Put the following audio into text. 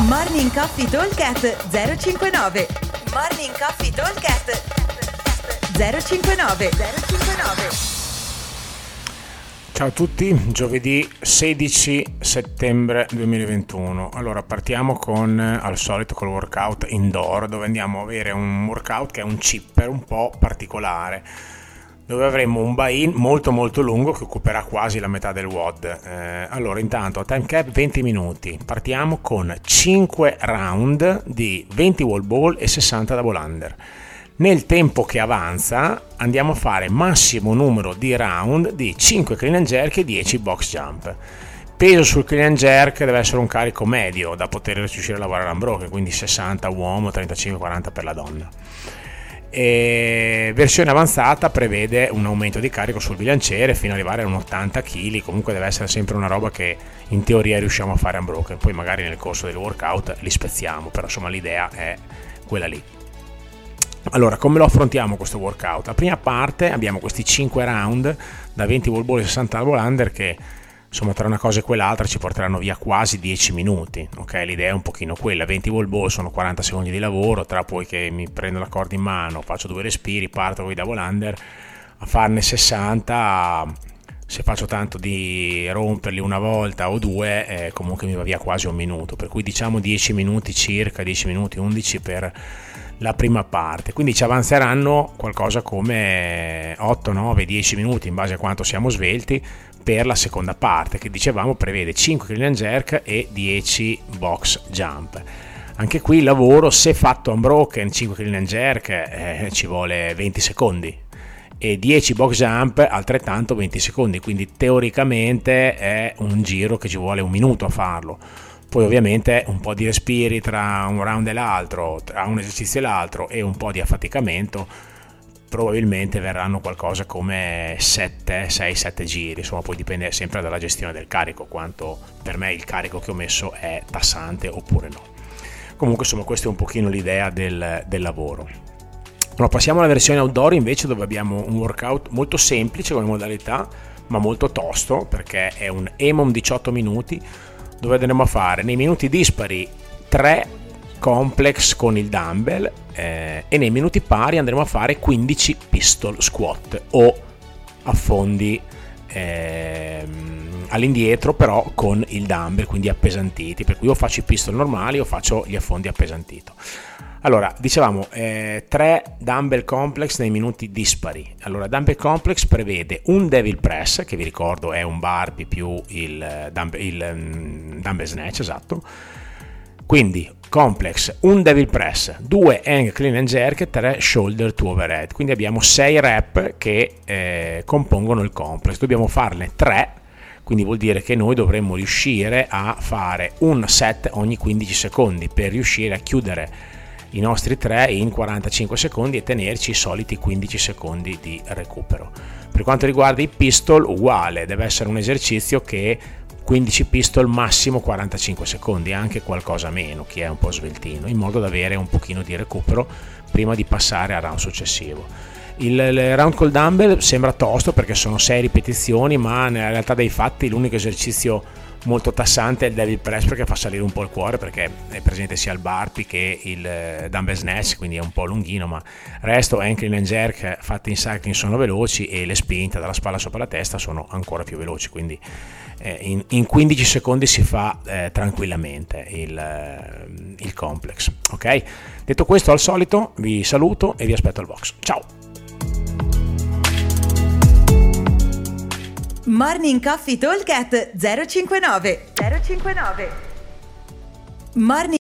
Morning Coffee Talkcast 059. Morning Coffee Talkcast 059. Ciao a tutti, giovedì 16 settembre 2021. Allora partiamo con, al solito, col workout indoor, dove andiamo a avere un workout che è un chipper un po' particolare, dove avremo un buy-in molto lungo che occuperà quasi la metà del WOD. Allora intanto a time cap 20 minuti, partiamo con 5 round di 20 wall ball e 60 double under. Nel tempo che avanza andiamo a fare massimo numero di round di 5 clean and jerk e 10 box jump. Peso sul clean and jerk deve essere un carico medio da poter riuscire a lavorare unbroken, quindi 60 uomo, 35-40 per la donna. E versione avanzata prevede un aumento di carico sul bilanciere fino ad arrivare a un 80 kg. Comunque deve essere sempre una roba che in teoria riusciamo a fare unbroken, poi magari nel corso del workout li spezziamo, però insomma l'idea è quella lì. Allora, come lo affrontiamo questo workout? La prima parte abbiamo questi 5 round da 20 wall ball e 60 double under che insomma tra una cosa e quell'altra ci porteranno via quasi 10 minuti, ok? L'idea è un pochino quella. 20 wall ball sono 40 secondi di lavoro, tra poi che mi prendo la corda in mano, faccio 2 respiri, parto con i double under a farne 60. Se faccio tanto di romperli una volta o due, comunque mi va via quasi un minuto, per cui diciamo 10 minuti circa, 10 minuti 11 per la prima parte, quindi ci avanzeranno qualcosa come 8, 9, 10 minuti in base a quanto siamo svelti per la seconda parte, che dicevamo prevede 5 clean and jerk e 10 box jump. Anche qui il lavoro, se fatto unbroken 5 clean and jerk ci vuole 20 secondi e 10 box jump altrettanto 20 secondi, quindi teoricamente è un giro che ci vuole un minuto a farlo. Poi ovviamente un po' di respiri tra un round e l'altro, tra un esercizio e l'altro e un po' di affaticamento, probabilmente verranno qualcosa come 6-7 giri, insomma poi dipende sempre dalla gestione del carico, quanto per me il carico che ho messo è tassante oppure no. Comunque insomma questa è un pochino l'idea del lavoro. Allora, passiamo alla versione outdoor invece, dove abbiamo un workout molto semplice come modalità ma molto tosto, perché è un EMOM 18 minuti dove andremo a fare nei minuti dispari 3 complex con il dumbbell e nei minuti pari andremo a fare 15 pistol squat o affondi all'indietro però con il dumbbell, quindi appesantiti, per cui o faccio i pistol normali o faccio gli affondi appesantito. Allora, dicevamo 3 dumbbell complex nei minuti dispari. Allora, dumbbell complex prevede un devil press, che vi ricordo è un burpee più il dumbbell snatch, esatto. Quindi complex, un devil press, 2 hang clean and jerk, 3 shoulder to overhead. Quindi abbiamo 6 rep che compongono il complex. Dobbiamo farne 3, quindi vuol dire che noi dovremmo riuscire a fare un set ogni 15 secondi per riuscire a chiudere i nostri 3 in 45 secondi e tenerci i soliti 15 secondi di recupero. Per quanto riguarda i pistol, uguale, deve essere un esercizio che 15 pistol massimo 45 secondi, anche qualcosa meno chi è un po' sveltino, in modo da avere un pochino di recupero prima di passare al round successivo. Il round col dumbbell sembra tosto perché sono 6 ripetizioni, ma nella realtà dei fatti l'unico esercizio molto tassante è il devil press, perché fa salire un po' il cuore, perché è presente sia il burpee che il dumbbell snatch, quindi è un po' lunghino, ma il resto clean and jerk fatti in cycling sono veloci e le spinte dalla spalla sopra la testa sono ancora più veloci, quindi in 15 secondi si fa tranquillamente il complex. Ok, detto questo, al solito vi saluto e vi aspetto al box. Ciao. Morning Coffee Talkcast 059. Morning